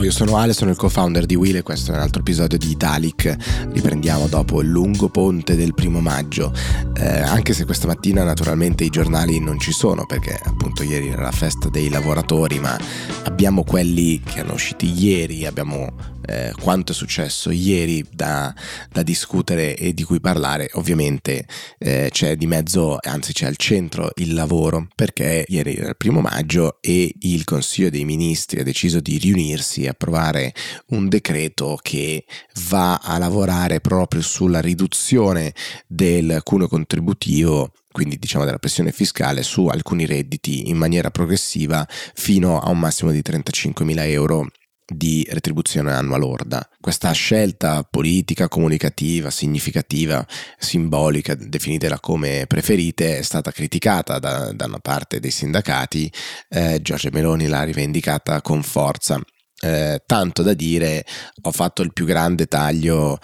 io sono Ale, sono il co-founder di Will e questo è un altro episodio di Italic. Riprendiamo dopo il lungo ponte del 1 maggio, anche se questa mattina naturalmente i giornali non ci sono perché appunto ieri era la festa dei lavoratori, ma abbiamo quelli che erano usciti ieri, abbiamo quanto è successo ieri da discutere e di cui parlare. Ovviamente c'è di mezzo, anzi c'è al centro il lavoro, perché ieri era il 1 maggio e il Consiglio dei Ministri ha deciso di riunirsi e approvare un decreto che va a lavorare proprio sulla riduzione del cuneo contributivo, quindi diciamo della pressione fiscale su alcuni redditi in maniera progressiva fino a un massimo di 35.000 euro di retribuzione annua lorda. Questa scelta politica, comunicativa, significativa, simbolica, definitela come preferite, è stata criticata da una parte dei sindacati. Giorgia Meloni l'ha rivendicata con forza. Tanto da dire: ho fatto il più grande taglio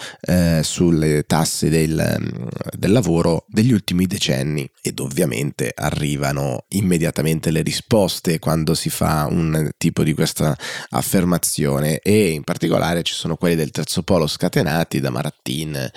sulle tasse del lavoro degli ultimi decenni, ed ovviamente arrivano immediatamente le risposte quando si fa un tipo di questa affermazione, e in particolare ci sono quelli del terzo polo scatenati da Marattin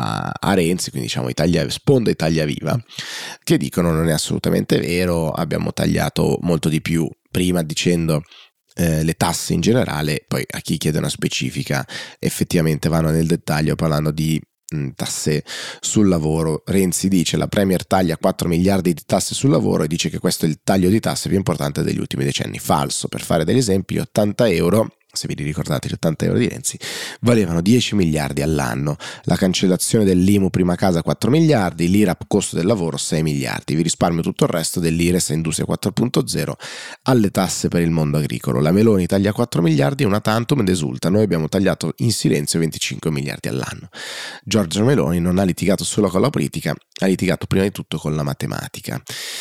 a Renzi, quindi diciamo sponda Italia Viva, che dicono non è assolutamente vero, abbiamo tagliato molto di più, prima dicendo le tasse in generale, poi a chi chiede una specifica effettivamente vanno nel dettaglio parlando di tasse sul lavoro. Renzi dice: la Premier taglia 4 miliardi di tasse sul lavoro e dice che questo è il taglio di tasse più importante degli ultimi decenni. Falso. Per fare degli esempi, 80 euro, se vi ricordate gli 80 euro di Renzi, valevano 10 miliardi all'anno, la cancellazione dell'IMU prima casa 4 miliardi, l'IRAP costo del lavoro 6 miliardi, vi risparmio tutto il resto dell'IRES Industria 4.0 alle tasse per il mondo agricolo. La Meloni taglia 4 miliardi, una tantum ed esulta: noi abbiamo tagliato in silenzio 25 miliardi all'anno. Giorgia Meloni non ha litigato solo con la politica, ha litigato prima di tutto con la matematica.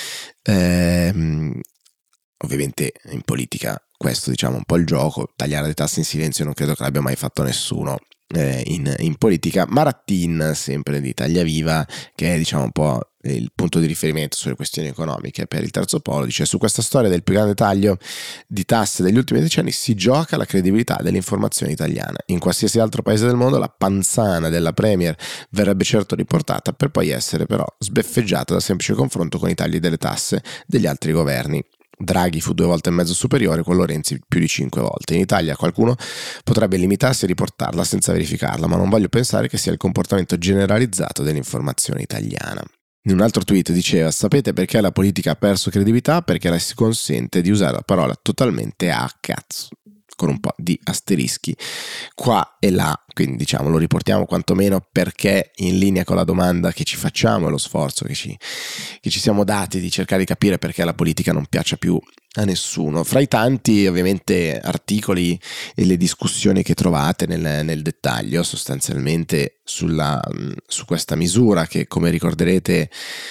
Ovviamente in politica questo, diciamo, un po' il gioco. Tagliare le tasse in silenzio non credo che l'abbia mai fatto nessuno in politica. Marattin, sempre di Italia Viva, che è diciamo un po' il punto di riferimento sulle questioni economiche per il terzo polo, dice: su questa storia del più grande taglio di tasse degli ultimi decenni si gioca la credibilità dell'informazione italiana. In qualsiasi altro paese del mondo la panzana della Premier verrebbe certo riportata, per poi essere però sbeffeggiata dal semplice confronto con i tagli delle tasse degli altri governi. Draghi fu 2 volte e mezzo superiore, quello Renzi più di 5 volte. In Italia qualcuno potrebbe limitarsi a riportarla senza verificarla, ma non voglio pensare che sia il comportamento generalizzato dell'informazione italiana. In un altro tweet diceva: sapete perché la politica ha perso credibilità? Perché la si consente di usare la parola totalmente a cazzo, con un po' di asterischi qua e là, quindi diciamo lo riportiamo quantomeno perché in linea con la domanda che ci facciamo e lo sforzo che ci siamo dati di cercare di capire perché la politica non piaccia più a nessuno. Fra i tanti ovviamente articoli e le discussioni che trovate nel dettaglio sostanzialmente su questa misura, che come ricorderete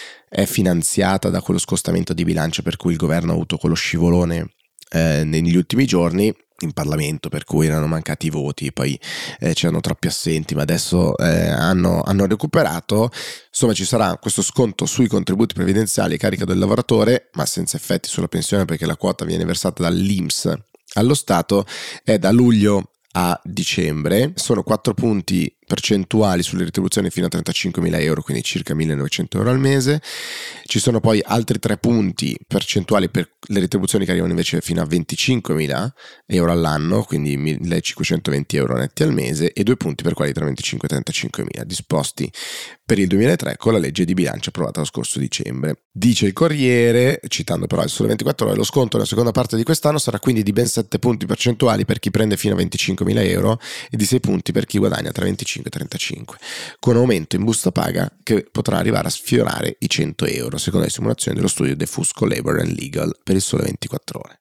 è finanziata da quello scostamento di bilancio per cui il governo ha avuto quello scivolone negli ultimi giorni in Parlamento, per cui erano mancati i voti, poi c'erano troppi assenti, ma adesso hanno recuperato. Insomma, ci sarà questo sconto sui contributi previdenziali a carico del lavoratore, ma senza effetti sulla pensione perché la quota viene versata dall'INPS allo Stato. È da luglio a dicembre, sono 4 punti percentuali sulle retribuzioni fino a 35.000 euro, quindi circa 1.900 euro al mese. Ci sono poi altri 3 punti percentuali per le retribuzioni che arrivano invece fino a 25.000 euro all'anno, quindi 1.520 euro netti al mese, e 2 punti per quelli tra 25 e 35.000, disposti per il 2003 con la legge di bilancio approvata lo scorso dicembre. Dice il Corriere, citando però il Sole 24 Ore: lo sconto nella seconda parte di quest'anno sarà quindi di ben 7 punti percentuali per chi prende fino a 25.000 euro e di 6 punti per chi guadagna tra 25 e 35, con aumento in busta paga che potrà arrivare a sfiorare i 100 euro, secondo le simulazioni dello studio De Fusco Labor and Legal per il Sole 24 Ore.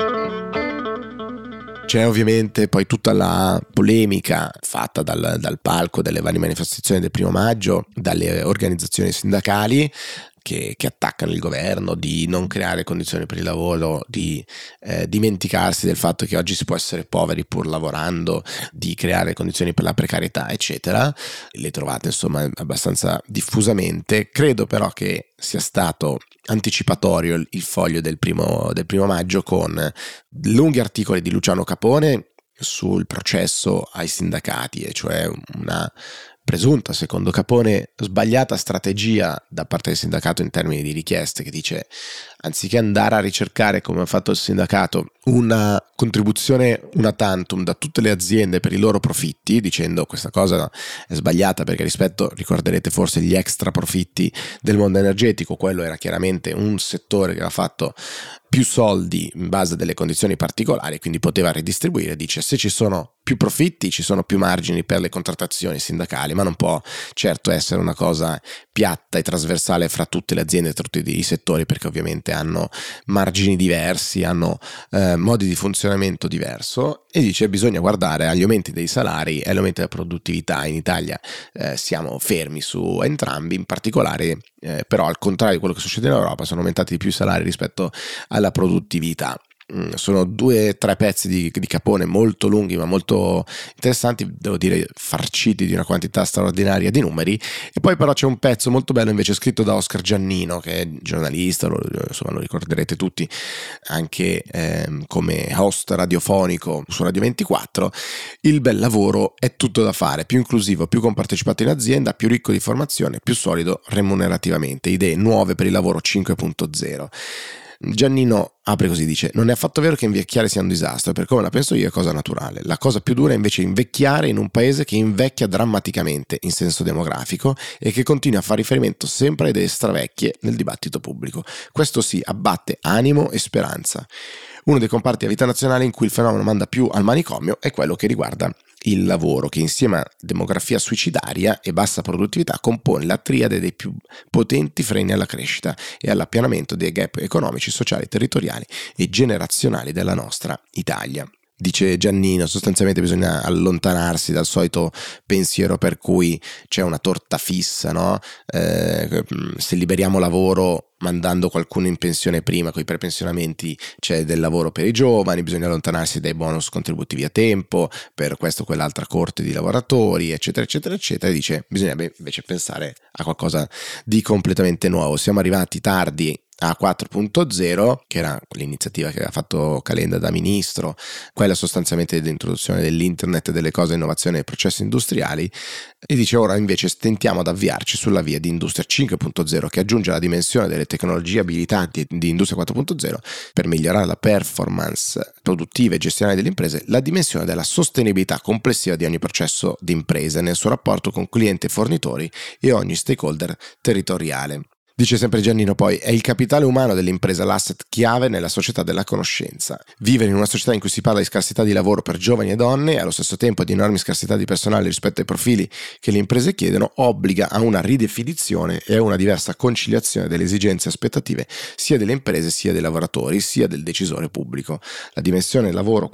C'è ovviamente poi tutta la polemica fatta dal palco delle varie manifestazioni del 1 maggio, dalle organizzazioni sindacali che attaccano il governo di non creare condizioni per il lavoro, di dimenticarsi del fatto che oggi si può essere poveri pur lavorando, di creare condizioni per la precarietà, eccetera. Le trovate insomma abbastanza diffusamente. Credo però che sia stato anticipatorio il foglio del primo maggio, con lunghi articoli di Luciano Capone sul processo ai sindacati, e cioè una presunta, secondo Capone, sbagliata strategia da parte del sindacato in termini di richieste, che dice anziché andare a ricercare, come ha fatto il sindacato, una contribuzione una tantum da tutte le aziende per i loro profitti, dicendo questa cosa è sbagliata perché rispetto, ricorderete forse, gli extra profitti del mondo energetico, quello era chiaramente un settore che aveva fatto più soldi in base a delle condizioni particolari, quindi poteva ridistribuire. Dice se ci sono più profitti ci sono più margini per le contrattazioni sindacali, ma non può certo essere una cosa piatta e trasversale fra tutte le aziende e tutti i settori, perché ovviamente hanno margini diversi, hanno modi di funzionamento diverso, e dice bisogna guardare agli aumenti dei salari e agli aumenti della produttività. In Italia siamo fermi su entrambi, in particolare però al contrario di quello che succede in Europa sono aumentati di più i salari rispetto alla produttività. Sono 2-3 pezzi di Capone molto lunghi ma molto interessanti, devo dire farciti di una quantità straordinaria di numeri. E poi però c'è un pezzo molto bello invece scritto da Oscar Giannino, che è giornalista, insomma lo ricorderete tutti anche come host radiofonico su Radio 24. Il bel lavoro è tutto da fare, più inclusivo, più compartecipato in azienda, più ricco di formazione, più solido remunerativamente, idee nuove per il lavoro 5.0. Giannino apre così, dice: non è affatto vero che invecchiare sia un disastro, per come la penso io è cosa naturale. La cosa più dura è invece invecchiare in un paese che invecchia drammaticamente in senso demografico e che continua a fare riferimento sempre a idee stravecchie nel dibattito pubblico. Questo sì, abbatte animo e speranza. Uno dei comparti a vita nazionale in cui il fenomeno manda più al manicomio è quello che riguarda il lavoro, che insieme a demografia suicidaria e bassa produttività compone la triade dei più potenti freni alla crescita e all'appianamento dei gap economici, sociali, territoriali e generazionali della nostra Italia. Dice Giannino, sostanzialmente bisogna allontanarsi dal solito pensiero per cui c'è una torta fissa, no? Se liberiamo lavoro mandando qualcuno in pensione prima, con i prepensionamenti c'è del lavoro per i giovani, bisogna allontanarsi dai bonus contributivi a tempo per questo o quell'altra corte di lavoratori, eccetera eccetera eccetera. E dice bisognerebbe invece pensare a qualcosa di completamente nuovo. Siamo arrivati tardi a 4.0, che era l'iniziativa che aveva fatto Calenda da ministro, quella sostanzialmente dell'introduzione dell'internet delle cose, innovazione dei processi industriali, e dice ora invece stentiamo ad avviarci sulla via di Industria 5.0, che aggiunge la dimensione delle tecnologie abilitanti di Industria 4.0 per migliorare la performance produttiva e gestionale delle imprese, la dimensione della sostenibilità complessiva di ogni processo di impresa nel suo rapporto con clienti e fornitori e ogni stakeholder territoriale. Dice sempre Giannino poi, è il capitale umano dell'impresa l'asset chiave nella società della conoscenza. Vivere in una società in cui si parla di scarsità di lavoro per giovani e donne e allo stesso tempo di enormi scarsità di personale rispetto ai profili che le imprese chiedono obbliga a una ridefinizione e a una diversa conciliazione delle esigenze e aspettative sia delle imprese sia dei lavoratori sia del decisore pubblico. La dimensione lavoro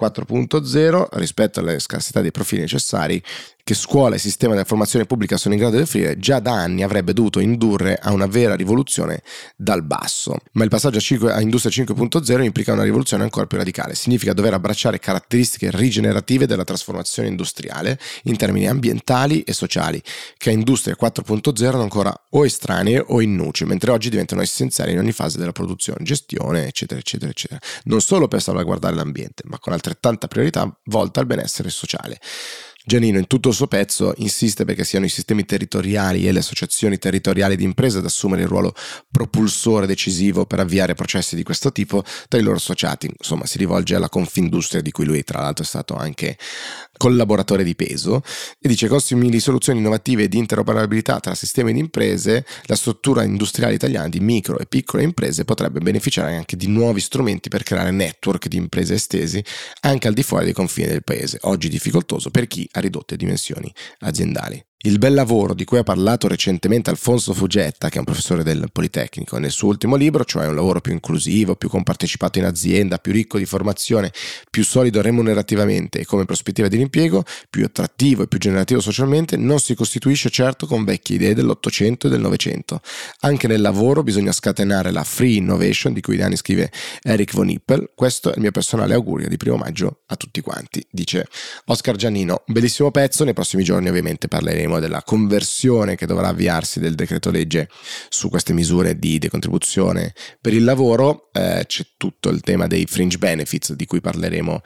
4.0 rispetto alle scarsità dei profili necessari che scuola e sistema della formazione pubblica sono in grado di offrire, già da anni avrebbe dovuto indurre a una vera rivoluzione dal basso. Ma il passaggio a Industria 5.0 implica una rivoluzione ancora più radicale. Significa dover abbracciare caratteristiche rigenerative della trasformazione industriale in termini ambientali e sociali, che a Industria 4.0 erano ancora o estranee o in nuce, mentre oggi diventano essenziali in ogni fase della produzione, gestione, eccetera, eccetera, eccetera. Non solo per salvaguardare l'ambiente, ma con altrettanta priorità volta al benessere sociale. Giannino in tutto il suo pezzo insiste perché siano i sistemi territoriali e le associazioni territoriali di imprese ad assumere il ruolo propulsore decisivo per avviare processi di questo tipo tra i loro associati. Insomma, si rivolge alla Confindustria, di cui lui tra l'altro è stato anche collaboratore di peso, e dice con simili soluzioni innovative e di interoperabilità tra sistemi di imprese, la struttura industriale italiana di micro e piccole imprese potrebbe beneficiare anche di nuovi strumenti per creare network di imprese estesi anche al di fuori dei confini del paese, oggi difficoltoso per chi ha ridotte dimensioni aziendali. Il bel lavoro di cui ha parlato recentemente Alfonso Fugetta, che è un professore del Politecnico, nel suo ultimo libro, cioè un lavoro più inclusivo, più compartecipato in azienda, più ricco di formazione, più solido remunerativamente e come prospettiva di impiego, più attrattivo e più generativo socialmente, non si costituisce certo con vecchie idee dell'Ottocento e del Novecento. Anche nel lavoro bisogna scatenare la free innovation, di cui da anni scrive Eric von Hippel. Questo è il mio personale augurio di 1 maggio a tutti quanti, dice Oscar Giannino. Un bellissimo pezzo, nei prossimi giorni ovviamente parleremo della conversione che dovrà avviarsi del decreto legge su queste misure di decontribuzione per il lavoro. C'è tutto il tema dei fringe benefits di cui parleremo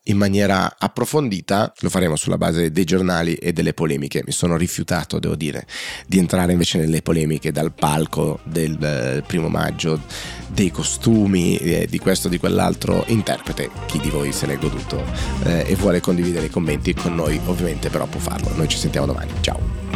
in maniera approfondita, lo faremo sulla base dei giornali e delle polemiche. Mi sono rifiutato, devo dire, di entrare invece nelle polemiche dal palco del 1° maggio, dei costumi, di questo o di quell'altro interprete. Chi di voi se l'è goduto e vuole condividere i commenti con noi, ovviamente però può farlo. Noi ci sentiamo domani, ciao.